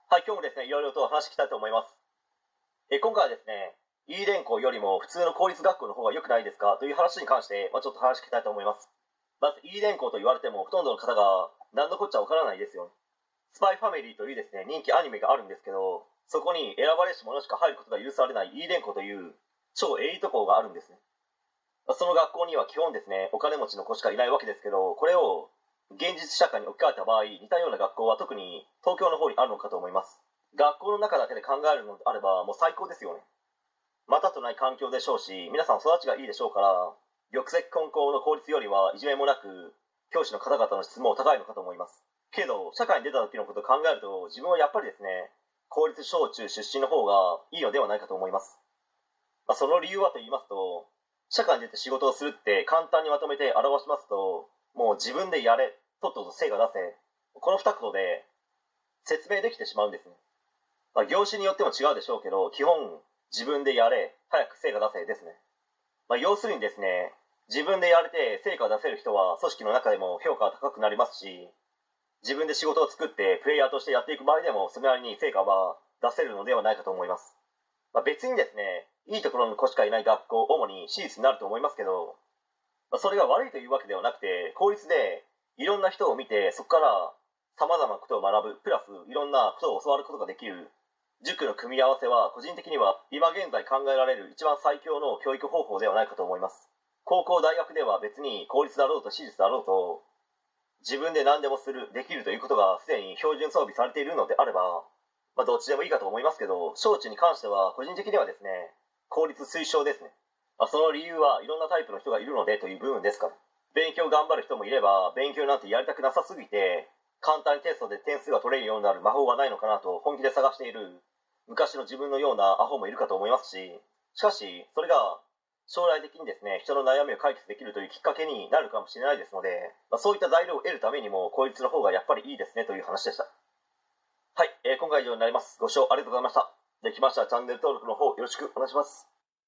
はい、今日もですね、いろいろと話していきたいと思います。今回はですね、E連校よりも普通の公立学校の方が良くないですかという話に関して、ちょっと話していきたいと思います。まず E連校と言われてもほとんどの方が何のこっちゃわからないですよね。スパイファミリーというですね、人気アニメがあるんですけど、そこに選ばれし者しか入ることが許されない E連校という超エリート校があるんですね。その学校には基本ですね、お金持ちの子しかいないわけですけど、これを現実社会に置き換えた場合、似たような学校は特に東京の方にあるのかと思います。学校の中だけで考えるのであればもう最高ですよね。またとない環境でしょうし、皆さん育ちがいいでしょうから、玉石混交の公立よりはいじめもなく、教師の方々の質も高いのかと思います。けど社会に出た時のことを考えると、自分はやっぱりですね、公立小中出身の方がいいのではないかと思います。その理由はと言いますと、社会に出て仕事をするって簡単にまとめて表しますと、もう自分でやれ、とっとと成果出せ、この二言で説明できてしまうんですね。業種によっても違うでしょうけど、基本自分でやれ、早く成果出せですね。要するにですね、自分でやれて成果を出せる人は組織の中でも評価が高くなりますし、自分で仕事を作ってプレイヤーとしてやっていく場合でもそれなりに成果は出せるのではないかと思います。別にですね、いいところの子しかいない学校、主に私立になると思いますけど、それが悪いというわけではなくて、公立でいろんな人を見て、そこから様々なことを学ぶ、プラスいろんなことを教わることができる塾の組み合わせは、個人的には今現在考えられる一番最強の教育方法ではないかと思います。高校大学では別に公立だろうと私立だろうと、自分で何でもする、できるということがすでに標準装備されているのであれば、どっちでもいいかと思いますけど、小中に関しては個人的にはですね、公立推奨ですね。その理由はいろんなタイプの人がいるのでという部分ですから。勉強頑張る人もいれば、勉強なんてやりたくなさすぎて簡単にテストで点数が取れるようになる魔法がないのかなと本気で探している昔の自分のようなアホもいるかと思いますし、しかしそれが将来的にですね、人の悩みを解決できるというきっかけになるかもしれないですので、そういった材料を得るためにも公立の方がやっぱりいいですねという話でした。はい、今回は以上になります。ご視聴ありがとうございました。できましたらチャンネル登録の方よろしくお願いします。